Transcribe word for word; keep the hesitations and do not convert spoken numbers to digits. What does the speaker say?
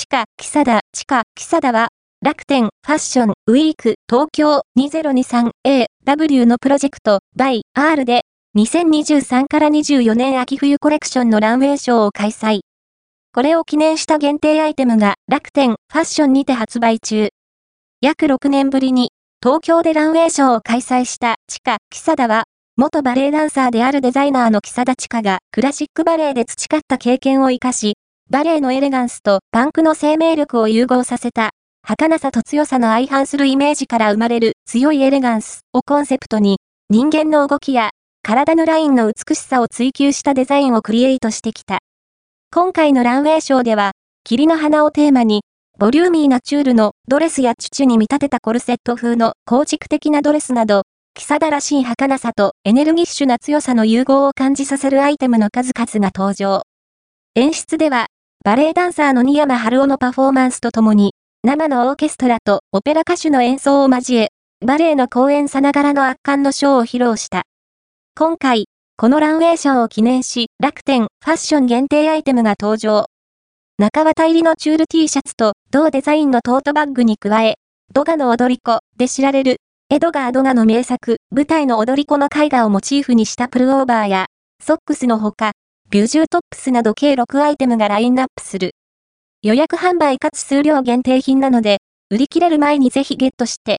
地下、キサダ、地下、キサダは、楽天、ファッション、ウィーク、東京 にせんにじゅうさんエーダブリュー のプロジェクト、by アール で、にせんにじゅうさんからにじゅうよねん秋冬コレクションのランウェイショーを開催。これを記念した限定アイテムが楽天、ファッションにて発売中。約ろくねんぶりに、東京でランウェイショーを開催した地下、キサダは、元バレエダンサーであるデザイナーのキサダチカがクラシックバレエで培った経験を活かし、バレエのエレガンスとパンクの生命力を融合させた、儚さと強さの相反するイメージから生まれる強いエレガンスをコンセプトに、人間の動きや体のラインの美しさを追求したデザインをクリエイトしてきた。今回のランウェイショーでは、霧の花をテーマに、ボリューミーなチュールのドレスやチュチュに見立てたコルセット風の構築的なドレスなど、キサダらしい儚さとエネルギッシュな強さの融合を感じさせるアイテムの数々が登場。演出では、バレエダンサーの新山春夫のパフォーマンスとともに、生のオーケストラとオペラ歌手の演奏を交え、バレエの公演さながらの圧巻のショーを披露した。今回、このランウェイショーを記念し、楽天、ファッション限定アイテムが登場。中綿入りのチュール T シャツと同デザインのトートバッグに加え、ドガの踊り子で知られる、エドガー・ドガの名作、舞台の踊り子の絵画をモチーフにしたプルオーバーや、ソックスのほか、ビュジュートップスなど計ろくアイテムがラインナップする。予約販売かつ数量限定品なので、売り切れる前にぜひゲットして